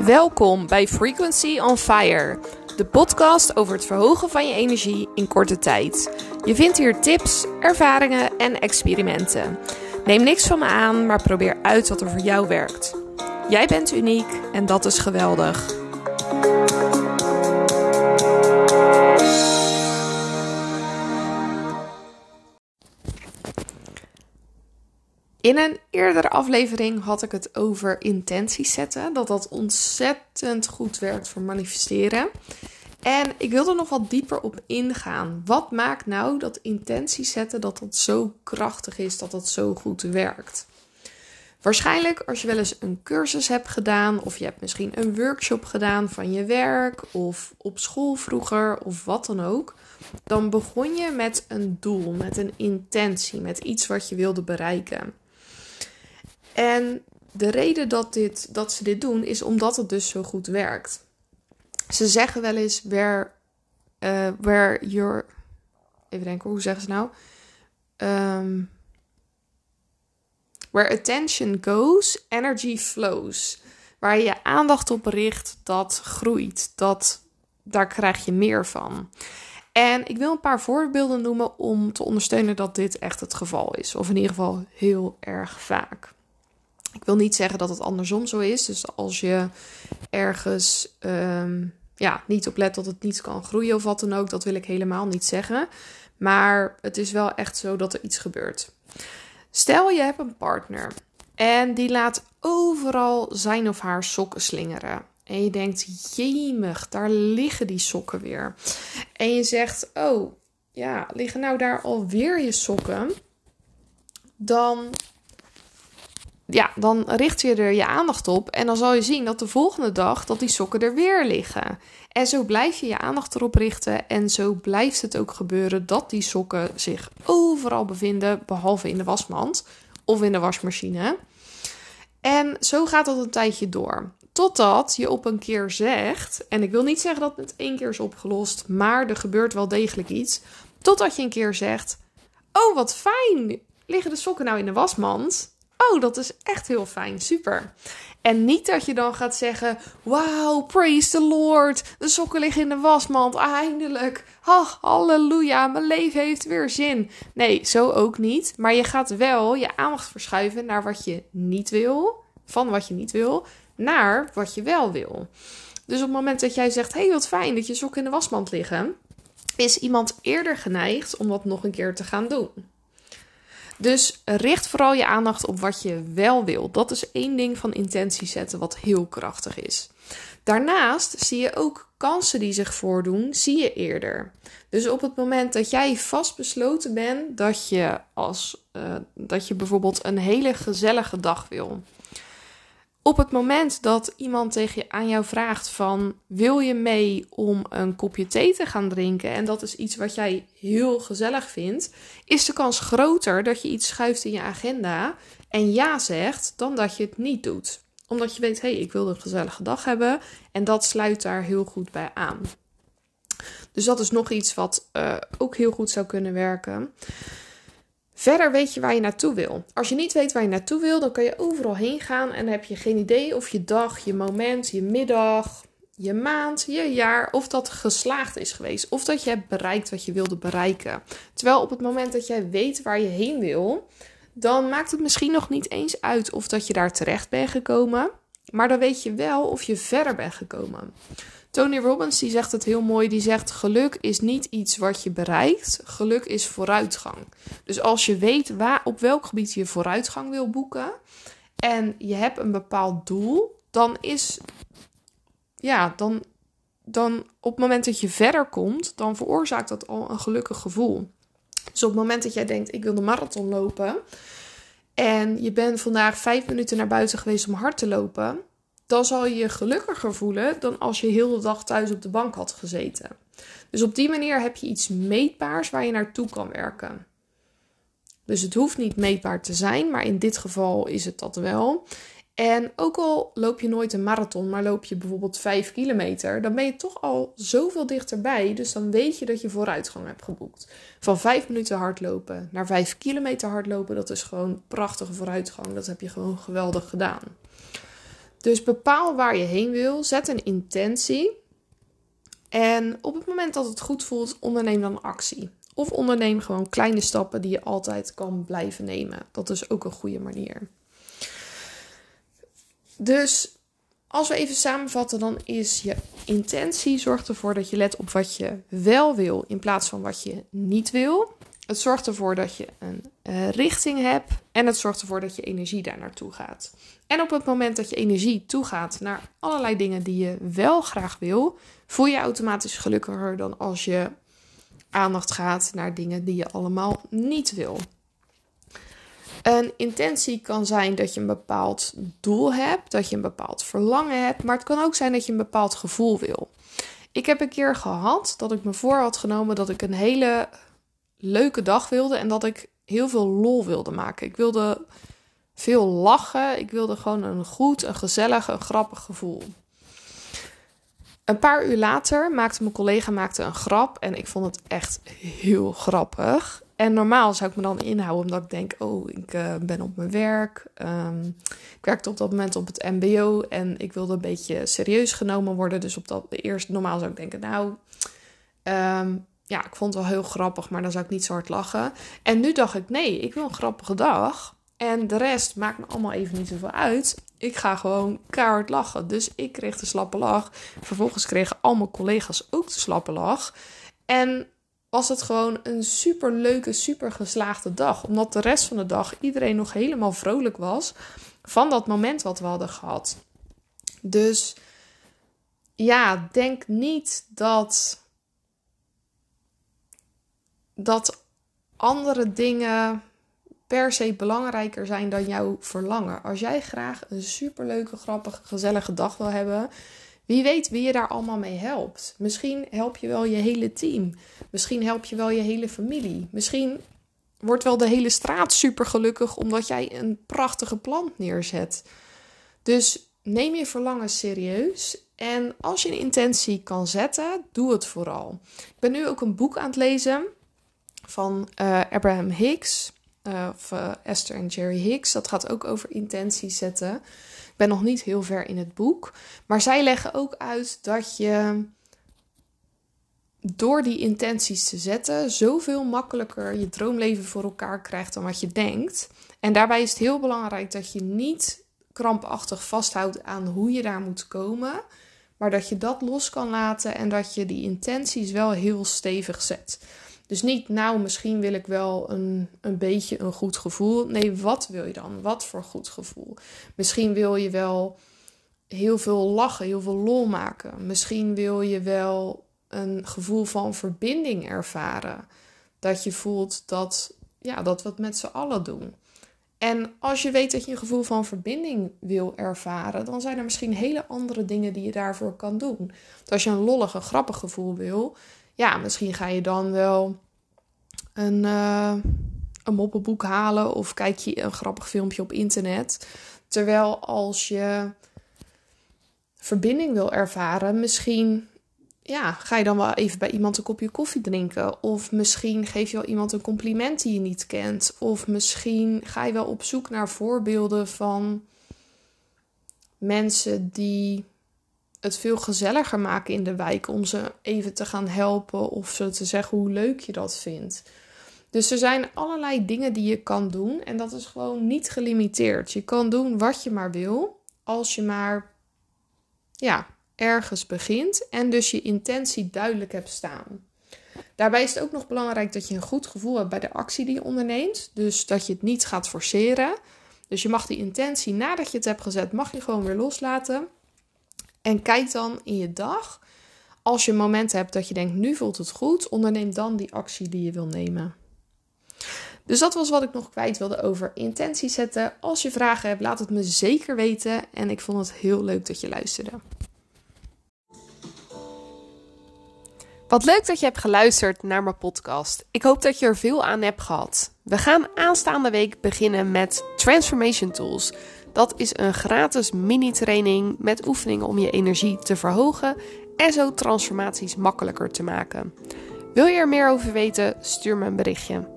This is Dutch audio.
Welkom bij Frequency on Fire, de podcast over het verhogen van je energie in korte tijd. Je vindt hier tips, ervaringen en experimenten. Neem niks van me aan, maar probeer uit wat er voor jou werkt. Jij bent uniek en dat is geweldig. In een eerdere aflevering had ik het over intenties zetten. Dat ontzettend goed werkt voor manifesteren. En ik wil er nog wat dieper op ingaan. Wat maakt nou dat intenties zetten dat zo krachtig is, dat dat zo goed werkt? Waarschijnlijk als je wel eens een cursus hebt gedaan, of je hebt misschien een workshop gedaan van je werk, of op school vroeger, of wat dan ook. Dan begon je met een doel, met een intentie, met iets wat je wilde bereiken. En de reden dat ze dit doen is omdat het dus zo goed werkt. Ze zeggen wel eens, where your... Even denken, hoe zeggen ze nou? Where attention goes, energy flows. Waar je je aandacht op richt, dat groeit. Daar krijg je meer van. En ik wil een paar voorbeelden noemen om te ondersteunen dat dit echt het geval is. Of in ieder geval heel erg vaak. Ik wil niet zeggen dat het andersom zo is. Dus als je ergens niet op let dat het niet kan groeien of wat dan ook. Dat wil ik helemaal niet zeggen. Maar het is wel echt zo dat er iets gebeurt. Stel je hebt een partner. En die laat overal zijn of haar sokken slingeren. En je denkt, jemig, daar liggen die sokken weer. En je zegt, oh ja, liggen nou daar alweer je sokken? Dan richt je er je aandacht op en dan zal je zien dat de volgende dag dat die sokken er weer liggen. En zo blijf je je aandacht erop richten en zo blijft het ook gebeuren dat die sokken zich overal bevinden, behalve in de wasmand of in de wasmachine. En zo gaat dat een tijdje door. Totdat je op een keer zegt, en ik wil niet zeggen dat het met 1 keer is opgelost, maar er gebeurt wel degelijk iets. Totdat je een keer zegt, oh wat fijn, liggen de sokken nou in de wasmand? Oh, dat is echt heel fijn, super. En niet dat je dan gaat zeggen, wow, praise the Lord, de sokken liggen in de wasmand, eindelijk. Halleluja, mijn leven heeft weer zin. Nee, zo ook niet. Maar je gaat wel je aandacht verschuiven naar wat je niet wil, van wat je niet wil, naar wat je wel wil. Dus op het moment dat jij zegt, hey, wat fijn dat je sokken in de wasmand liggen, is iemand eerder geneigd om dat nog een keer te gaan doen. Dus richt vooral je aandacht op wat je wel wil. Dat is 1 ding van intentie zetten wat heel krachtig is. Daarnaast zie je ook kansen die zich voordoen, zie je eerder. Dus op het moment dat jij vastbesloten bent dat je bijvoorbeeld een hele gezellige dag wil. Op het moment dat iemand aan jou vraagt van, wil je mee om een kopje thee te gaan drinken? En dat is iets wat jij heel gezellig vindt. Is de kans groter dat je iets schuift in je agenda en ja zegt, dan dat je het niet doet. Omdat je weet, ik wil een gezellige dag hebben en dat sluit daar heel goed bij aan. Dus dat is nog iets wat ook heel goed zou kunnen werken. Verder weet je waar je naartoe wil. Als je niet weet waar je naartoe wil, dan kan je overal heen gaan en dan heb je geen idee of je dag, je moment, je middag, je maand, je jaar, of dat geslaagd is geweest. Of dat je hebt bereikt wat je wilde bereiken. Terwijl op het moment dat jij weet waar je heen wil, dan maakt het misschien nog niet eens uit of dat je daar terecht bent gekomen. Maar dan weet je wel of je verder bent gekomen. Tony Robbins die zegt het heel mooi, die zegt geluk is niet iets wat je bereikt, geluk is vooruitgang. Dus als je weet op welk gebied je vooruitgang wil boeken en je hebt een bepaald doel, dan op het moment dat je verder komt, dan veroorzaakt dat al een gelukkig gevoel. Dus op het moment dat jij denkt, ik wil de marathon lopen en je bent vandaag 5 minuten naar buiten geweest om hard te lopen, dan zal je je gelukkiger voelen dan als je heel de dag thuis op de bank had gezeten. Dus op die manier heb je iets meetbaars waar je naartoe kan werken. Dus het hoeft niet meetbaar te zijn, maar in dit geval is het dat wel. En ook al loop je nooit een marathon, maar loop je bijvoorbeeld 5 kilometer, dan ben je toch al zoveel dichterbij. Dus dan weet je dat je vooruitgang hebt geboekt. Van 5 minuten hardlopen naar 5 kilometer hardlopen, dat is gewoon prachtige vooruitgang. Dat heb je gewoon geweldig gedaan. Dus bepaal waar je heen wil. Zet een intentie. En op het moment dat het goed voelt, onderneem dan actie. Of onderneem gewoon kleine stappen die je altijd kan blijven nemen. Dat is ook een goede manier. Dus als we even samenvatten, dan is je intentie zorgt ervoor dat je let op wat je wel wil in plaats van wat je niet wil. Het zorgt ervoor dat je een richting hebt en het zorgt ervoor dat je energie daar naartoe gaat. En op het moment dat je energie toegaat naar allerlei dingen die je wel graag wil, voel je automatisch gelukkiger dan als je aandacht gaat naar dingen die je allemaal niet wil. Een intentie kan zijn dat je een bepaald doel hebt, dat je een bepaald verlangen hebt, maar het kan ook zijn dat je een bepaald gevoel wil. Ik heb een keer gehad dat ik me voor had genomen dat ik een hele leuke dag wilde en dat ik heel veel lol wilde maken. Ik wilde veel lachen, ik wilde gewoon een gezellig, een grappig gevoel. Een paar uur later maakte mijn collega een grap en ik vond het echt heel grappig. En normaal zou ik me dan inhouden omdat ik denk, ik ben op mijn werk. Ik werkte op dat moment op het mbo en ik wilde een beetje serieus genomen worden. Dus normaal zou ik denken, ik vond het wel heel grappig, maar dan zou ik niet zo hard lachen. En nu dacht ik, nee, ik wil een grappige dag. En de rest maakt me allemaal even niet zoveel uit. Ik ga gewoon keihard lachen. Dus ik kreeg de slappe lach. Vervolgens kregen al mijn collega's ook de slappe lach. En was het gewoon een super leuke, super geslaagde dag. Omdat de rest van de dag iedereen nog helemaal vrolijk was van dat moment wat we hadden gehad. Dus ja, denk niet dat andere dingen per se belangrijker zijn dan jouw verlangen. Als jij graag een superleuke, grappige, gezellige dag wil hebben, wie weet wie je daar allemaal mee helpt. Misschien help je wel je hele team. Misschien help je wel je hele familie. Misschien wordt wel de hele straat super gelukkig omdat jij een prachtige plant neerzet. Dus neem je verlangen serieus. En als je een intentie kan zetten, doe het vooral. Ik ben nu ook een boek aan het lezen van Abraham Hicks. Of Esther en Jerry Hicks. Dat gaat ook over intenties zetten. Ik ben nog niet heel ver in het boek. Maar zij leggen ook uit dat je door die intenties te zetten zoveel makkelijker je droomleven voor elkaar krijgt dan wat je denkt. En daarbij is het heel belangrijk dat je niet krampachtig vasthoudt aan hoe je daar moet komen. Maar dat je dat los kan laten en dat je die intenties wel heel stevig zet. Dus niet, misschien wil ik wel een beetje een goed gevoel. Nee, wat wil je dan? Wat voor goed gevoel? Misschien wil je wel heel veel lachen, heel veel lol maken. Misschien wil je wel een gevoel van verbinding ervaren. Dat je voelt dat we het met z'n allen doen. En als je weet dat je een gevoel van verbinding wil ervaren, dan zijn er misschien hele andere dingen die je daarvoor kan doen. Dus als je een lollig, een grappig gevoel wil, misschien ga je dan wel een moppenboek halen of kijk je een grappig filmpje op internet. Terwijl als je verbinding wil ervaren, misschien ga je dan wel even bij iemand een kopje koffie drinken. Of misschien geef je wel iemand een compliment die je niet kent. Of misschien ga je wel op zoek naar voorbeelden van mensen die het veel gezelliger maken in de wijk om ze even te gaan helpen of ze te zeggen hoe leuk je dat vindt. Dus er zijn allerlei dingen die je kan doen en dat is gewoon niet gelimiteerd. Je kan doen wat je maar wil als je maar ergens begint en dus je intentie duidelijk hebt staan. Daarbij is het ook nog belangrijk dat je een goed gevoel hebt bij de actie die je onderneemt. Dus dat je het niet gaat forceren. Dus je mag die intentie nadat je het hebt gezet, mag je gewoon weer loslaten. En kijk dan in je dag, als je een moment hebt dat je denkt, nu voelt het goed, onderneem dan die actie die je wil nemen. Dus dat was wat ik nog kwijt wilde over intentie zetten. Als je vragen hebt, laat het me zeker weten. En ik vond het heel leuk dat je luisterde. Wat leuk dat je hebt geluisterd naar mijn podcast. Ik hoop dat je er veel aan hebt gehad. We gaan aanstaande week beginnen met Transformation Tools. Dat is een gratis mini-training met oefeningen om je energie te verhogen en zo transformaties makkelijker te maken. Wil je er meer over weten? Stuur me een berichtje.